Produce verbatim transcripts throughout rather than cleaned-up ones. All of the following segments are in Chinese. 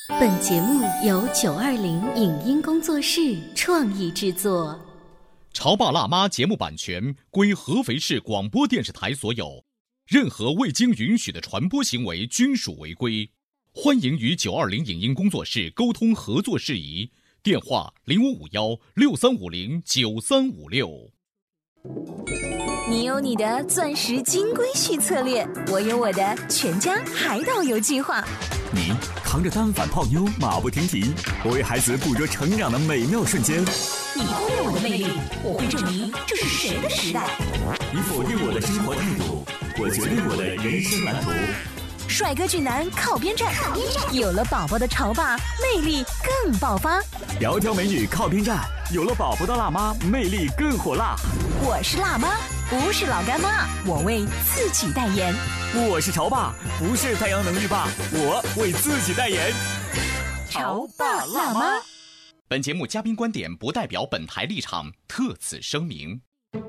本节目由九二零影音工作室创意制作。 潮爸辣妈节目版权归合肥市广播电视台所有，任何未经允许的传播行为均属违规。欢迎与九二零影音工作室沟通合作事宜，电话零五五幺六三五零九三五六。 你有你的钻石金龟婿策略，我有我的全家海岛游计划。 你扛着单反泡妞马不停蹄，我为孩子捕捉成长的美妙瞬间。 你忽略我的魅力，我会证明这是谁的时代。 你否定我的生活态度，我决定我的人生蓝图。 帅哥俊男靠边站，有了宝宝的潮爸魅力更爆发。 窈窕美女靠边站，有了宝宝的辣妈魅力更火辣。 我是辣妈，不是老干妈，我为自己代言。 我是潮爸，不是太阳能浴霸，我为自己代言。 潮爸辣妈。 本节目嘉宾观点不代表本台立场，特此声明。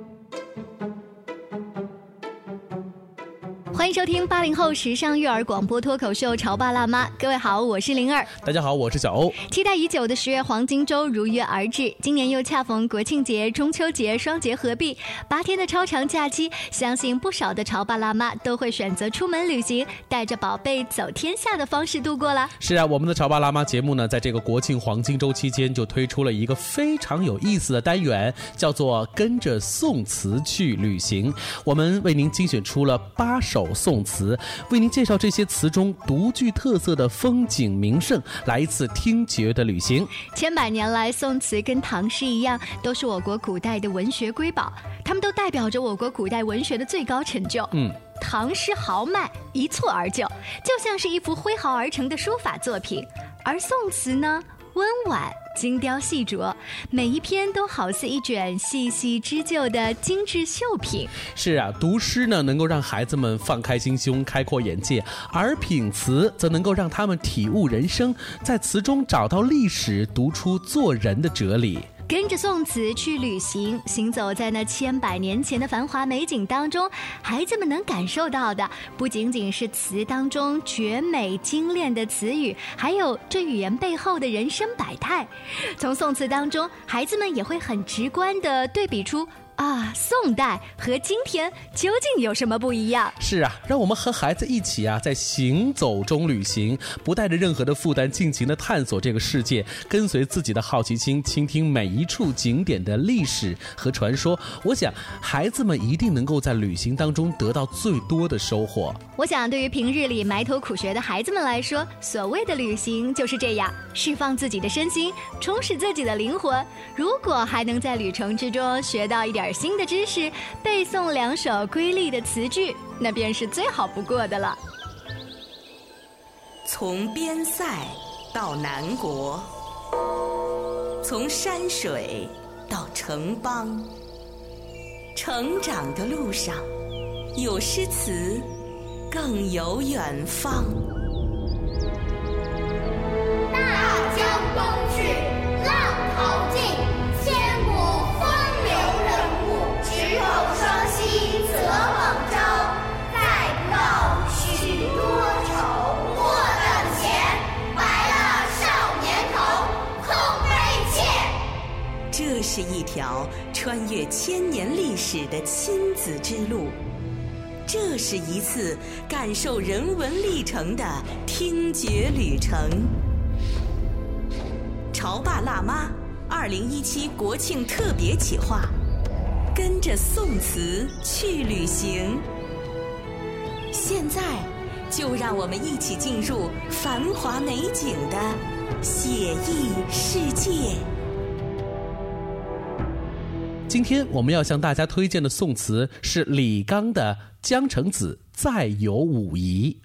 欢迎收听八零后时尚育儿广播脱口秀《潮爸辣妈》，各位好，我是灵儿。 大家好，我是小欧。 期待已久的十月黄金周如约而至，今年又恰逢国庆节、中秋节双节合璧，八天的超长假期，相信不少的潮爸辣妈都会选择出门旅行，带着宝贝走天下的方式度过了。 是啊，我们的潮爸辣妈节目呢，在这个国庆黄金周期间就推出了一个非常有意思的单元，叫做跟着宋词去旅行。我们为您精选出了八首宋词，为您介绍这些词中独具特色的风景名胜，来一次听觉的旅行。 千百年来，宋词跟唐诗一样，都是我国古代的文学瑰宝，它们都代表着我国古代文学的最高成就。 嗯， 唐诗豪迈，一蹴而就，就像是一幅挥毫而成的书法作品；而宋词呢，温婉精雕细琢，每一篇都好似一卷细细织就的精致绣品。 是啊，读诗呢能够让孩子们放开心胸，开阔眼界，而品词则能够让他们体悟人生，在词中找到历史，读出做人的哲理。 跟着宋词去旅行，行走在那千百年前的繁华美景当中，孩子们能感受到的不仅仅是词当中绝美精炼的词语，还有这语言背后的人生百态。从宋词当中，孩子们也会很直观地对比出啊，宋代和今天究竟有什么不一样？ 是啊，让我们和孩子一起啊，在行走中旅行，不带着任何的负担，尽情的探索这个世界，跟随自己的好奇心，倾听每一处景点的历史和传说。我想，孩子们一定能够在旅行当中得到最多的收获。 我想，对于平日里埋头苦学的孩子们来说，所谓的旅行就是这样，释放自己的身心，充实自己的灵魂。如果还能在旅程之中学到一点新的知识，背诵两首瑰丽的词句，那便是最好不过的了。 从边塞到南国，从山水到城邦，成长的路上有诗词，更有远方。 大江东去，浪淘尽，千古风流人物，只有双溪泽锰朝，再不到许多愁。莫等闲，白了少年头，空悲切。 这是一条穿越千年历史的亲子之路，这是一次感受人文历程的听觉旅程。潮爸辣妈二零一七国庆特别企划，跟着宋词去旅行。现在就让我们一起进入繁华美景的写意世界。 今天我们要向大家推荐的宋词是李纲的《江城子·再游武夷》。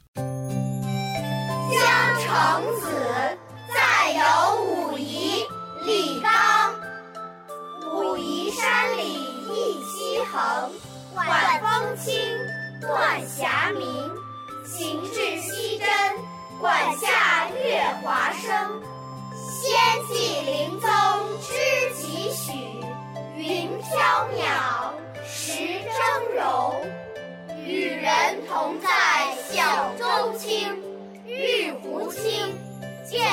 江城子·再游武夷，李纲。武夷山里一溪横，晚风轻，断霞明。行至西征，管下月华生。仙迹林踪知几许？云缥缈，石峥嵘。与人同在小舟轻，玉壶轻，见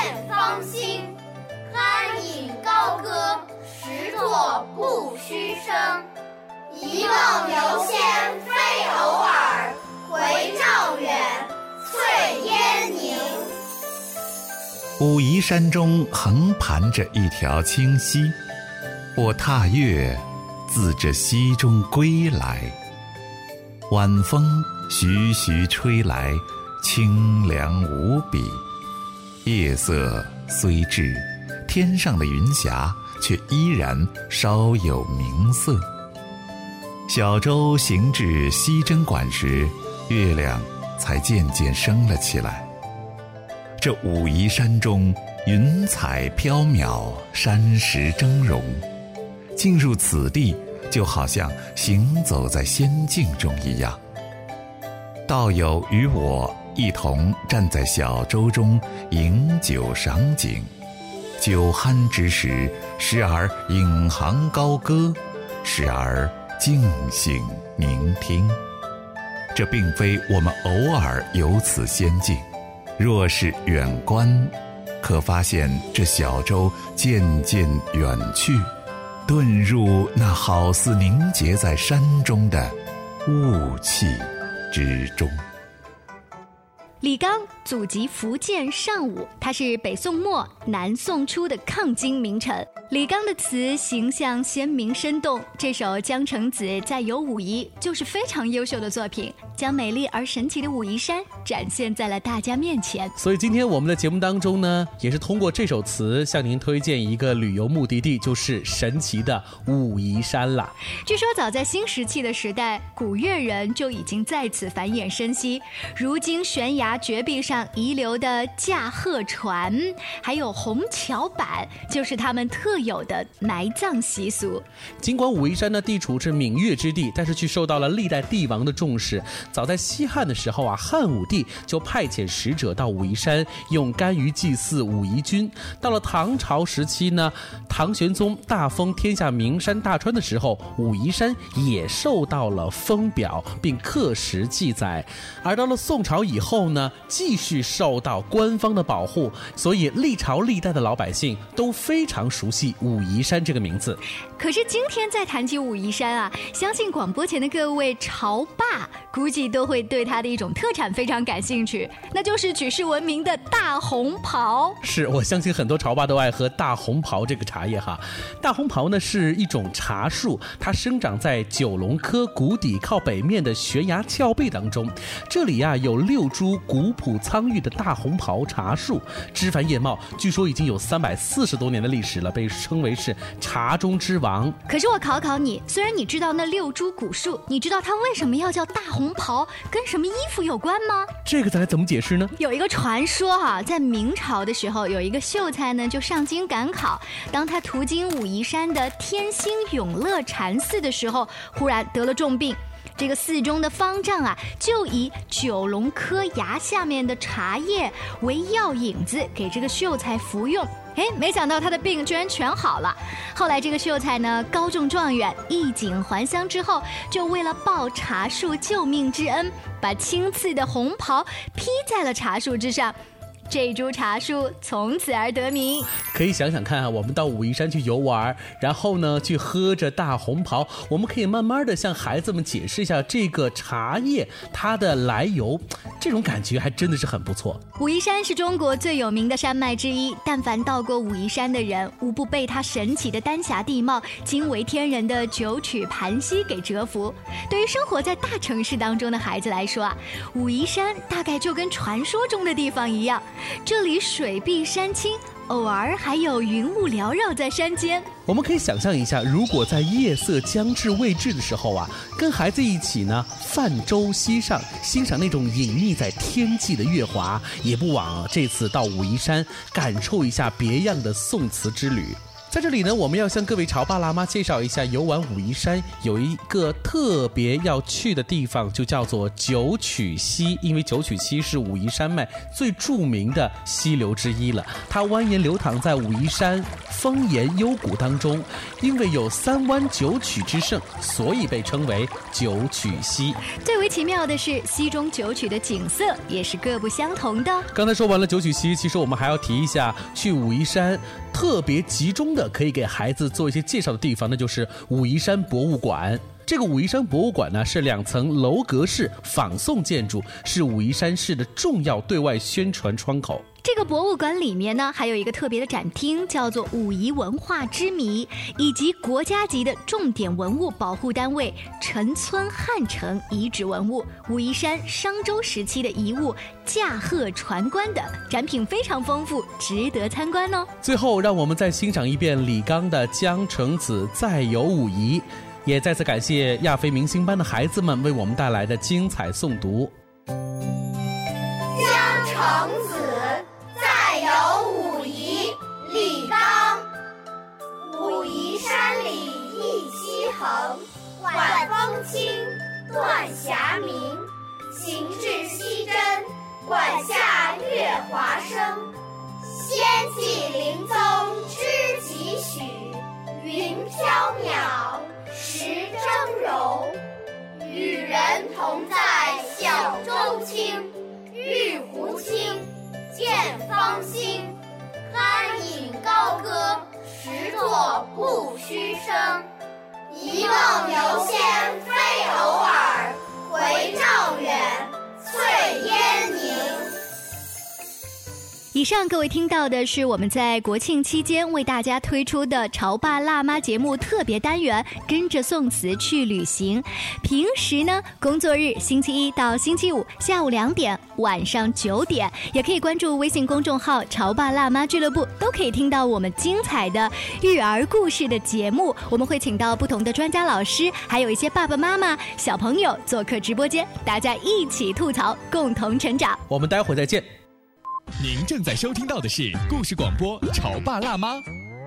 芳心。酣饮高歌，实作不虚声。一梦游仙非偶尔，回照远，翠烟凝。 武夷山中横盘着一条清溪，我踏月，自这溪中归来。晚风徐徐吹来，清凉无比。夜色虽至，天上的云霞却依然稍有明色。小舟行至西针馆时，月亮才渐渐升了起来。这武夷山中云彩飘渺，山石峥嵘，进入此地就好像行走在仙境中一样。道友与我一同站在小舟中饮酒赏景，酒酣之时，时而引吭高歌，时而静心聆听。这并非我们偶尔游此仙境，若是远观，可发现这小舟渐渐远去，遁入那好似凝结在山中的雾气之中。 李纲祖籍福建上武，他是北宋末南宋初的抗金名臣。李纲的词形象鲜明生动，这首《江城子·再游武夷》就是非常优秀的作品，将美丽而神奇的武夷山展现在了大家面前。 所以今天我们的节目当中呢，也是通过这首词向您推荐一个旅游目的地，就是神奇的武夷山了。 据说早在新石器的时代，古越人就已经在此繁衍生息。如今悬崖绝壁上遗留的驾鹤船，还有红桥板，就是他们特有的埋葬习俗。 尽管武夷山呢地处是闽越之地，但是却受到了历代帝王的重视。早在西汉的时候啊，汉武帝就派遣使者到武夷山，用甘于祭祀武夷君。到了唐朝时期呢，唐玄宗大封天下名山大川的时候，武夷山也受到了封表，并刻石记载。而到了宋朝以后呢，继续受到官方的保护，所以历朝历代的老百姓都非常熟悉武夷山这个名字。 可是今天再谈起武夷山啊，相信广播前的各位潮爸估计都会对它的一种特产非常感兴趣，那就是举世闻名的大红袍。 是，我相信很多潮爸都爱喝大红袍这个茶叶哈。大红袍呢是一种茶树，它生长在九龙科谷底靠北面的悬崖峭壁当中。这里啊有六株古朴苍郁的大红袍茶树，枝繁叶茂，据说已经有三百四十多年的历史了，被称为是茶中之王。 可是我考考你，虽然你知道那六株古树，你知道它为什么要叫大红袍，跟什么衣服有关吗？ 这个咱怎么解释呢？ 有一个传说哈、啊，在明朝的时候，有一个秀才呢就上京赶考，当他途经武夷山的天心永乐禅寺的时候，忽然得了重病。这个寺中的方丈啊，就以九龙科崖下面的茶叶为药引子，给这个秀才服用。哎，没想到他的病居然全好了。后来这个秀才呢，高中状元，衣锦还乡之后，就为了报茶树救命之恩，把青刺的红袍披在了茶树之上。这株茶树从此而得名。 可以想想看啊，我们到武夷山去游玩，然后呢去喝着大红袍，我们可以慢慢的向孩子们解释一下这个茶叶它的来由，这种感觉还真的是很不错。 武夷山是中国最有名的山脉之一，但凡到过武夷山的人，无不被它神奇的丹霞地貌、惊为天人的九曲盘溪给折服。对于生活在大城市当中的孩子来说啊，武夷山大概就跟传说中的地方一样，这里水碧山青，偶尔还有云雾缭绕在山间。 我们可以想象一下，如果在夜色将至未至的时候啊，跟孩子一起呢泛舟溪上，欣赏那种隐匿在天际的月华，也不枉这次到武夷山感受一下别样的宋词之旅。 在这里呢，我们要向各位潮爸辣妈介绍一下，游玩武夷山有一个特别要去的地方，就叫做九曲溪。因为九曲溪是武夷山脉最著名的溪流之一了，它蜿蜒流淌在武夷山峰岩幽谷当中，因为有三湾九曲之胜，所以被称为九曲溪。 最为奇妙的是，溪中九曲的景色也是各不相同的。 刚才说完了九曲溪，其实我们还要提一下，去武夷山特别集中的可以给孩子做一些介绍的地方，那就是武夷山博物馆。这个武夷山博物馆呢，是两层楼阁式仿宋建筑，是武夷山市的重要对外宣传窗口。 这个博物馆里面呢，还有一个特别的展厅，叫做武夷文化之谜，以及国家级的重点文物保护单位陈村汉城遗址文物、武夷山商周时期的遗物、驾鹤船棺等展品非常丰富，值得参观哦。 最后，让我们再欣赏一遍李刚的《江城子》，再游武夷。也再次感谢亚非明星班的孩子们为我们带来的精彩诵读。 江城子，再游武夷，李刚。武夷山里一溪横，晚风轻，断霞明。行至溪真，管下月华生。仙迹灵踪知几许？云缥缈，石峥嵘。与人同在小舟轻，玉壶清，见芳心。酣饮高歌，实作不虚声。一梦游仙非偶尔，回照远，翠烟凝。 以上各位听到的是我们在国庆期间为大家推出的潮爸辣妈节目特别单元，跟着宋词去旅行。平时呢，工作日星期一到星期五下午两点、晚上九点，也可以关注微信公众号潮爸辣妈俱乐部，都可以听到我们精彩的育儿故事的节目。我们会请到不同的专家老师，还有一些爸爸妈妈、小朋友做客直播间，大家一起吐槽，共同成长。 我们待会儿再见。 您正在收听到的是故事广播《潮爸辣妈》。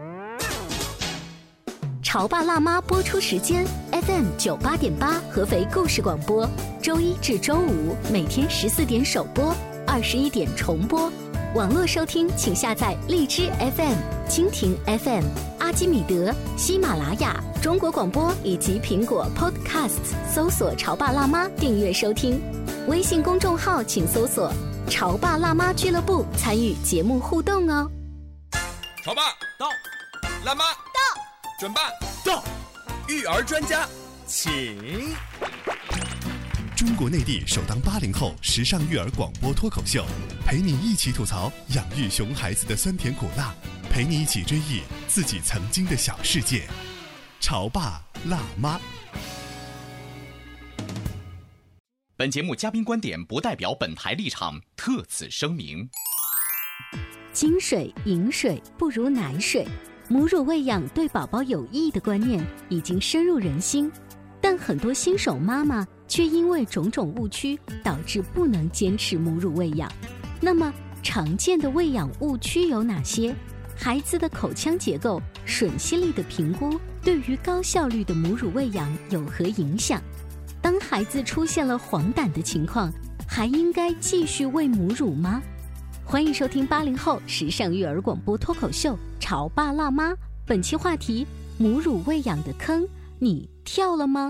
潮爸辣妈播出时间 F M 九八点八，合肥故事广播，周一至周五每天十四点首播，二十一点重播。网络收听请下载荔枝 F M、蜻蜓 F M、阿基米德、喜马拉雅、中国广播以及苹果 Podcasts， 搜索“潮爸辣妈”订阅收听。微信公众号请搜索“潮爸辣妈俱乐部”，参与节目互动哦。 潮爸到，辣妈到，准爸到，育儿专家请。 中国内地首档八零后时尚育儿广播脱口秀，陪你一起吐槽养育熊孩子的酸甜苦辣，陪你一起追忆自己曾经的小世界。潮爸辣妈。 本节目嘉宾观点不代表本台立场，特此声明。 精水、饮水不如奶水，母乳喂养对宝宝有益的观念已经深入人心，但很多新手妈妈却因为种种误区，导致不能坚持母乳喂养。那么，常见的喂养误区有哪些？孩子的口腔结构、吮吸力的评估，对于高效率的母乳喂养有何影响？当孩子出现了黄疸的情况，还应该继续喂母乳吗？欢迎收听八零后时尚育儿广播脱口秀《潮爸辣妈》，本期话题：母乳喂养的坑，你跳了吗？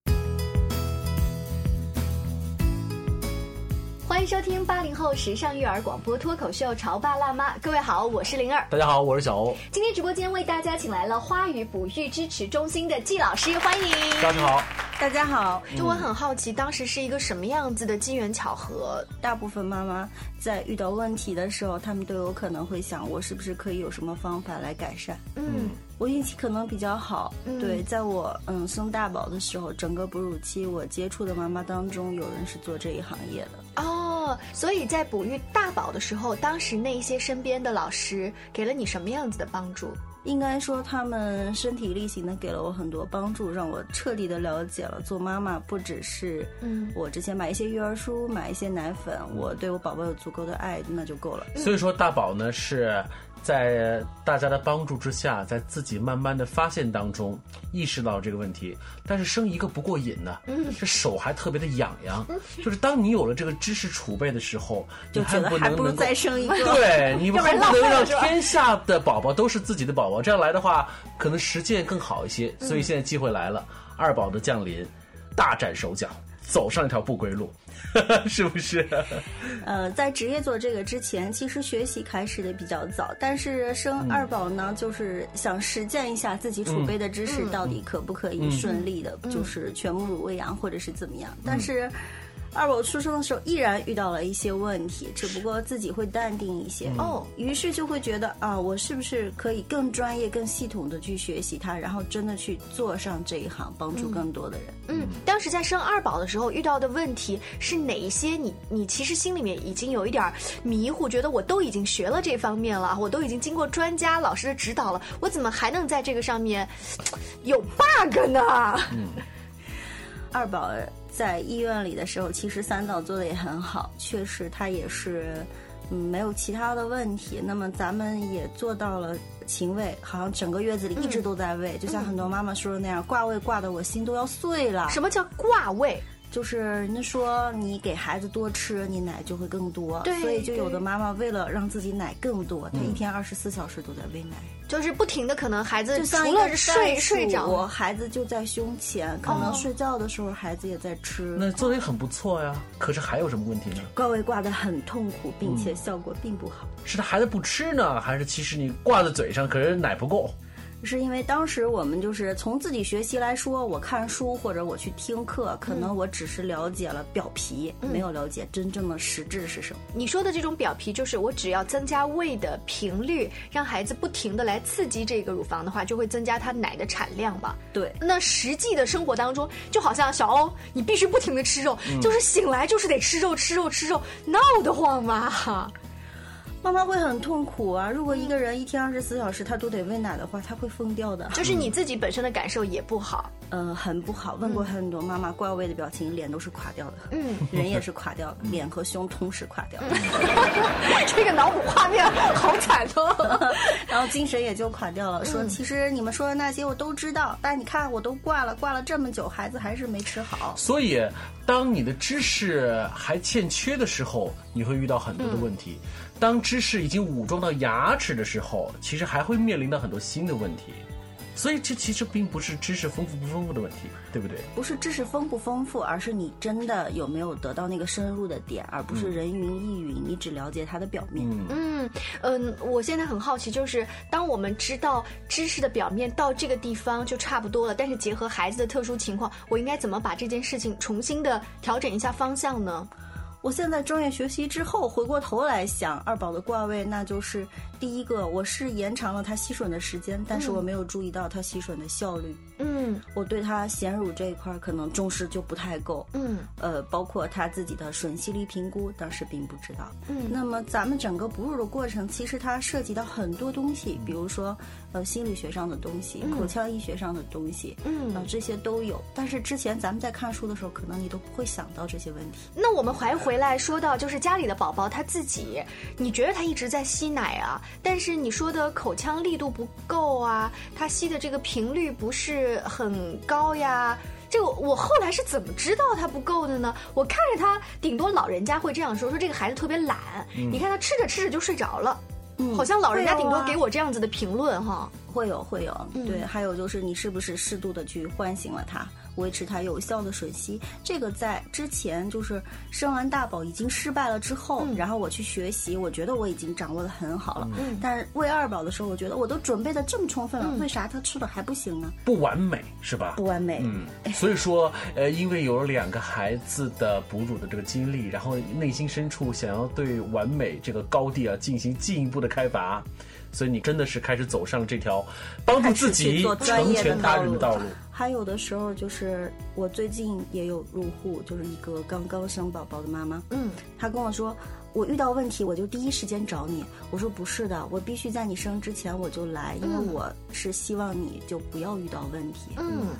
欢迎收听八零后时尚育儿广播脱口秀《潮爸辣妈》，各位好，我是灵儿。 大家好，我是小欧。 今天直播间为大家请来了花语哺育支持中心的季老师，欢迎。 大家好。 大家好， 就我很好奇，当时是一个什么样子的机缘巧合？ 大部分妈妈在遇到问题的时候，她们都有可能会想，我是不是可以有什么方法来改善？嗯，我运气可能比较好，嗯、对，在我嗯生大宝的时候，整个哺乳期我接触的妈妈当中，有人是做这一行业的。 哦，所以在哺育大宝的时候，当时那一些身边的老师给了你什么样子的帮助？ 应该说他们身体力行的给了我很多帮助，让我彻底的了解了做妈妈不只是嗯我之前买一些育儿书，买一些奶粉，我对我宝宝有足够的爱那就够了。 所以说大宝呢是在大家的帮助之下，在自己慢慢的发现当中意识到这个问题，但是生一个不过瘾呢，嗯，这手还特别的痒痒，嗯，就是当你有了这个知识储备的时候， 就觉得还不如再生一个， 对，你恨不能让天下的宝宝都是自己的宝宝，这样来的话可能实践更好一些，所以现在机会来了，二宝的降临，大展手脚，走上一条不归路。是不是？ 呃，在职业做这个之前，其实学习开始的比较早，但是生二宝呢，嗯、就是想实践一下自己储备的知识到底可不可以顺利的，嗯、就是全母乳喂养或者是怎么样，嗯、但是。二宝出生的时候依然遇到了一些问题，只不过自己会淡定一些哦，于是就会觉得啊，我是不是可以更专业、更系统的去学习它，然后真的去做上这一行，帮助更多的人。 嗯，嗯当时在生二宝的时候遇到的问题是哪一些？你你其实心里面已经有一点迷糊，觉得我都已经学了这方面了，我都已经经过专家老师的指导了，我怎么还能在这个上面有 bug 呢？ 嗯，二宝。在医院里的时候，其实三导做的也很好，确实他也是，嗯，没有其他的问题。那么咱们也做到了勤喂，好像整个月子里一直都在喂，嗯、就像很多妈妈说的那样，挂喂挂的我心都要碎了。 什么叫挂喂？ 就是人家说你给孩子多吃，你奶就会更多， 对， 所以就有的妈妈为了让自己奶更多，她一天二十四小时都在喂奶。 就是不停的，可能孩子除了是睡睡着， 我孩子就在胸前，可能睡觉的时候孩子也在吃。 那做的也很不错呀。可是还有什么问题呢？ 挂喂挂得很痛苦，并且效果并不好。 嗯、是他孩子不吃呢，还是其实你挂在嘴上，可是奶不够？ 是因为当时我们就是从自己学习来说，我看书或者我去听课，可能我只是了解了表皮，嗯、没有了解真正的实质是什么。 你说的这种表皮，就是我只要增加喂的频率，让孩子不停的来刺激这个乳房的话，就会增加它奶的产量吧？ 对。 那实际的生活当中，就好像小欧，你必须不停的吃肉，嗯、就是醒来就是得吃肉吃肉吃肉，闹得慌嘛。 妈妈会很痛苦啊！如果一个人一天二十四小时他都得喂奶的话，他会疯掉的。 就是你自己本身的感受也不好， 呃，很不好。问过很多妈妈挂喂的表情，脸都是垮掉的，嗯，人也是垮掉的，脸和胸同时垮掉的。 这个脑补画面好惨哦。 然后精神也就垮掉了，说其实你们说的那些我都知道，但你看我都挂了，挂了这么久，孩子还是没吃好。 所以，当你的知识还欠缺的时候，你会遇到很多的问题。嗯当知识已经武装到牙齿的时候，其实还会面临到很多新的问题，所以这其实并不是知识丰富不丰富的问题，对不对？ 不是知识丰不丰富，而是你真的有没有得到那个深入的点，而不是人云亦云，你只了解它的表面。 嗯嗯，我现在很好奇，就是当我们知道知识的表面到这个地方就差不多了，但是结合孩子的特殊情况，我应该怎么把这件事情重新的调整一下方向呢？ 我现在专业学习之后，回过头来想二宝的挂喂，那就是第一个，我是延长了它吸吮的时间，但是我没有注意到它吸吮的效率。嗯，我对它衔乳这一块可能重视就不太够。嗯，呃，包括他自己的吮吸力评估，当时并不知道。嗯，那么咱们整个哺乳的过程，其实它涉及到很多东西，比如说呃心理学上的东西，嗯、口腔医学上的东西，嗯，呃这些都有。但是之前咱们在看书的时候，可能你都不会想到这些问题。 那我们还回来说到，就是家里的宝宝他自己，你觉得他一直在吸奶啊，但是你说的口腔力度不够啊，他吸的这个频率不是很高呀，这个我后来是怎么知道他不够的呢？我看着他，顶多老人家会这样说，说这个孩子特别懒，嗯、你看他吃着吃着就睡着了，嗯、好像老人家顶多给我这样子的评论哈。 会有会有，嗯、对，还有就是你是不是适度的去唤醒了他，维持他有效的吮吸，这个在之前就是生完大宝已经失败了之后，嗯、然后我去学习，我觉得我已经掌握的很好了。嗯，但是喂二宝的时候，我觉得我都准备的这么充分了，嗯、为啥他吃的还不行呢？ 不完美是吧？ 不完美。 嗯，所以说，呃，因为有了两个孩子的哺乳的这个经历，然后内心深处想要对完美这个高地啊进行进一步的开拔。所以你真的是开始走上这条帮助自己成全他人的道路。 还有的时候就是我最近也有入户，就是一个刚刚生宝宝的妈妈，嗯，她跟我说，我遇到问题我就第一时间找你。我说不是的，我必须在你生之前我就来，因为我是希望你就不要遇到问题。嗯。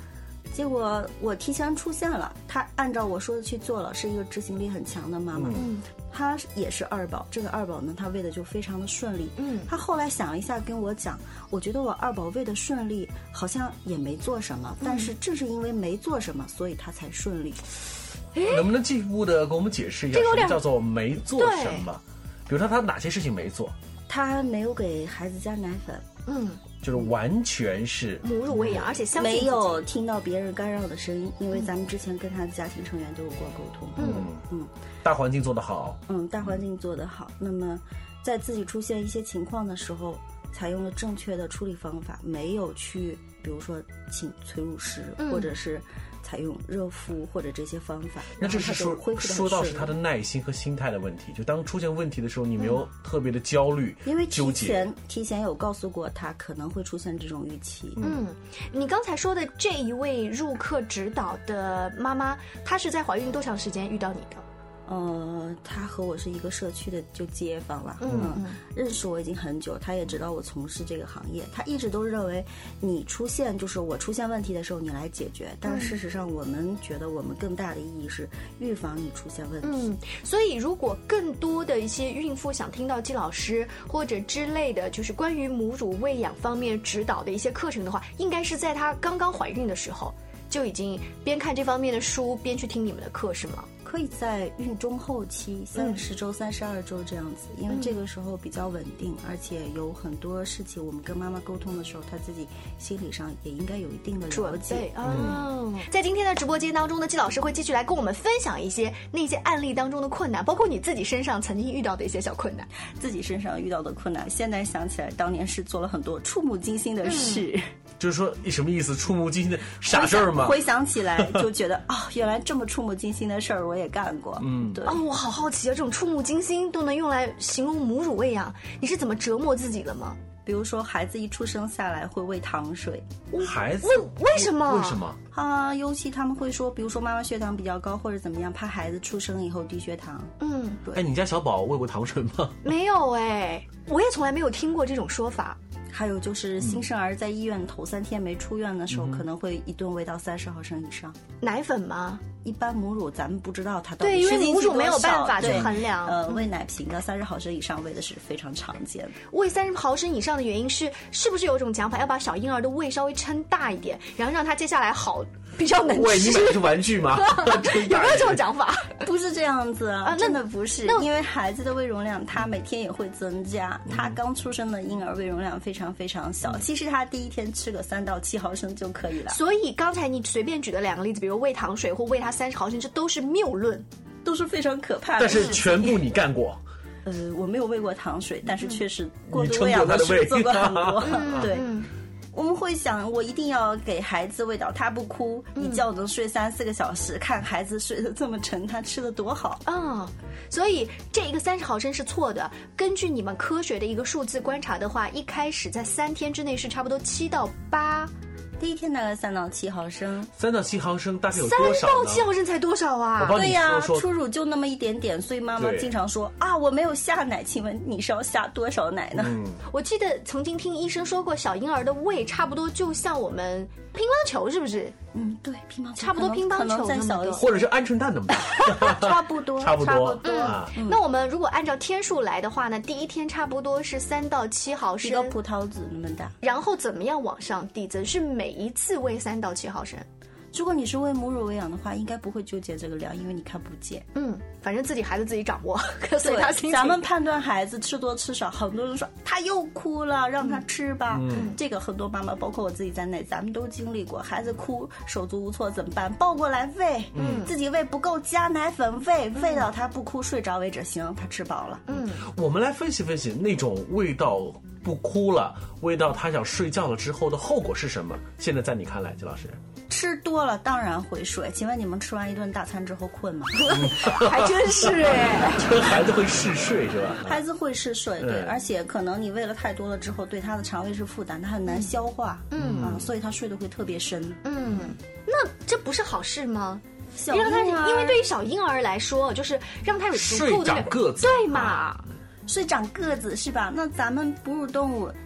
结果我提前出现了，她按照我说的去做了，是一个执行力很强的妈妈。嗯，她也是二宝，这个二宝呢，她喂的就非常的顺利。嗯，她后来想了一下跟我讲，我觉得我二宝喂的顺利，好像也没做什么，但是正是因为没做什么，所以她才顺利。 能不能进一步的给我们解释一下，什么叫做没做什么？比如说他哪些事情没做？ 他没有给孩子加奶粉。嗯。 就是完全是母乳喂养，而且相信没有听到别人干扰的声音，因为咱们之前跟他的家庭成员都有过沟通。嗯嗯，大环境做得好。 嗯，大环境做得好。那么，在自己出现一些情况的时候，采用了正确的处理方法，没有去，比如说请催乳师，嗯、或者是采用热敷或者这些方法。 那这是说说到是他的耐心和心态的问题。就当出现问题的时候，你没有特别的焦虑、 嗯、因为提前提前有告诉过他可能会出现这种预期。 嗯，你刚才说的这一位入课指导的妈妈，她是在怀孕多长时间遇到你的？ 呃，他和我是一个社区的就街坊了，嗯，嗯认识我已经很久，他也知道我从事这个行业，他一直都认为你出现就是我出现问题的时候你来解决，但是事实上我们觉得我们更大的意义是预防你出现问题。 嗯，所以如果更多的一些孕妇想听到季老师或者之类的就是关于母乳喂养方面指导的一些课程的话，应该是在她刚刚怀孕的时候就已经边看这方面的书边去听你们的课是吗？ 可以在孕中后期三十周、三十二周这样子，因为这个时候比较稳定，而且有很多事情我们跟妈妈沟通的时候，她自己心理上也应该有一定的了解。 哦，在今天的直播间当中呢，季老师会继续来跟我们分享一些那些案例当中的困难，包括你自己身上曾经遇到的一些小困难。 自己身上遇到的困难，现在想起来，当年是做了很多触目惊心的事。嗯、 就是说，什么意思？触目惊心的傻事儿吗？ 回想起来就觉得啊、哦，原来这么触目惊心的事儿我也干过。 嗯， 对。 哦，我好好奇啊，这种触目惊心都能用来形容母乳喂养，你是怎么折磨自己的吗？ 比如说，孩子一出生下来会喂糖水， 孩子为为什么？ 为什么啊？尤其他们会说，比如说妈妈血糖比较高或者怎么样，怕孩子出生以后低血糖。 嗯， 对。 哎，你家小宝喂过糖水吗？ 没有哎，我也从来没有听过这种说法。 还有就是新生儿在医院头三天没出院的时候，嗯、可能会一顿喂到三十毫升以上。 奶粉吗？ 一般母乳咱们不知道它到底对，因为母乳没有办法去衡量。 呃，喂奶瓶的三十毫升以上喂的是非常常见的。 喂三十毫升以上的原因是，是不是有一种讲法要把小婴儿的胃稍微撑大一点，然后让他接下来好比较能吃？ 喂，你买的是玩具吗？ 有没有这种讲法？ 不是这样子啊，真的不是。因为孩子的胃容量，他每天也会增加。嗯、他刚出生的婴儿胃容量非常非常小，嗯、其实他第一天吃个三到七毫升就可以了。 所以刚才你随便举的两个例子，比如喂糖水或喂他三十毫升，这都是谬论， 都是非常可怕的。 但是全部你干过。 呃，我没有喂过糖水，但是确实过度喂养的事做过很多。对。嗯我们会想，我一定要给孩子喂到他不哭，一觉能睡三四个小时，看孩子睡得这么沉，他吃得多好啊、哦！所以这一个三十毫升是错的。根据你们科学的一个数字观察的话，一开始在三天之内是差不多七到八。 第一天大概三到七毫升， 三到七毫升大概有多少呢？ 三到七毫升才多少啊？ 对呀、啊，初乳就那么一点点，所以妈妈经常说啊，我没有下奶，请问你是要下多少奶呢？嗯、 我记得曾经听医生说过，小婴儿的胃差不多就像我们乒乓球，是不是？ 嗯，对，乒乓球差不多乒乓球再小一些， 或者是鹌鹑蛋那么大， 差不多， 差不多。 差不多嗯嗯、那我们如果按照天数来的话呢，第一天差不多是三到七毫升， 一个葡萄籽那么大。 然后怎么样往上递增？是每一次喂三到七毫升。 如果你是喂母乳喂养的话，应该不会纠结这个量，因为你看不见。 嗯，反正自己孩子自己掌握，随他心情。 咱们判断孩子吃多吃少，很多人说他又哭了，让他吃吧。嗯，这个很多妈妈，包括我自己在内，咱们都经历过。孩子哭手足无措怎么办？抱过来喂，嗯，自己喂不够加奶粉喂，喂到他不哭睡着为止。行，他吃饱了。 嗯，我们来分析分析那种喂到不哭了，喂到他想睡觉了之后的后果是什么？现在在你看来，季老师？ 吃多了当然会睡，请问你们吃完一顿大餐之后困吗？ 还真是哎， 这孩子会嗜睡是吧？ 孩子会嗜睡，对，而且可能你喂了太多了之后，对他的肠胃是负担，他很难消化，嗯啊，所以他睡得会特别深。 嗯，那这不是好事吗？ 小婴儿， 因为对于小婴儿来说，就是让他有足够的睡长个子， 对嘛？ 睡长个子是吧？那咱们哺乳动物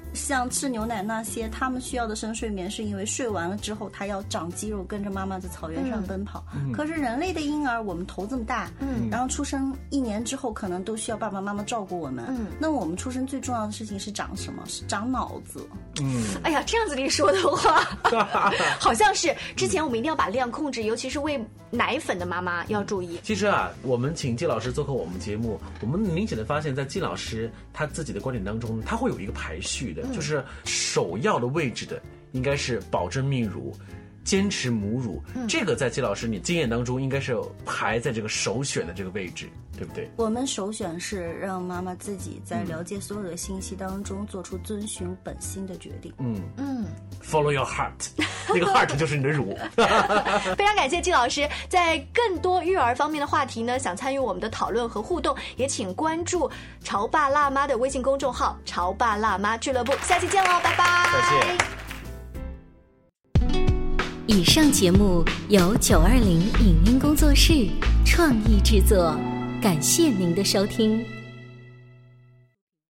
像吃牛奶那些，他们需要的深睡眠是因为睡完了之后他要长肌肉，跟着妈妈在草原上奔跑、嗯、可是人类的婴儿我们头这么大，嗯，然后出生一年之后可能都需要爸爸妈妈照顾我们，嗯，那我们出生最重要的事情是长什么？是长脑子。 嗯，哎呀，这样子一说的话好像是之前我们一定要把量控制，尤其是喂奶粉的妈妈要注意。 其实啊，我们请季老师做客我们节目，我们明显的发现在季老师他自己的观点当中，他会有一个排序的、嗯、就是首要的位置的应该是保证泌乳，坚持母乳、嗯、这个在季老师你经验当中应该是排在这个首选的这个位置，对不对？ 我们首选是让妈妈自己在了解所有的信息当中做出遵循本心的决定。 嗯嗯 ，Follow your heart， 那个 heart 就是你的乳。 非常感谢季老师，在更多育儿方面的话题呢，想参与我们的讨论和互动，也请关注潮爸辣妈的微信公众号“潮爸辣妈俱乐部”。下期见喽，拜拜！ 再见。 以上节目由九二零影音工作室创意制作，感谢您的收听。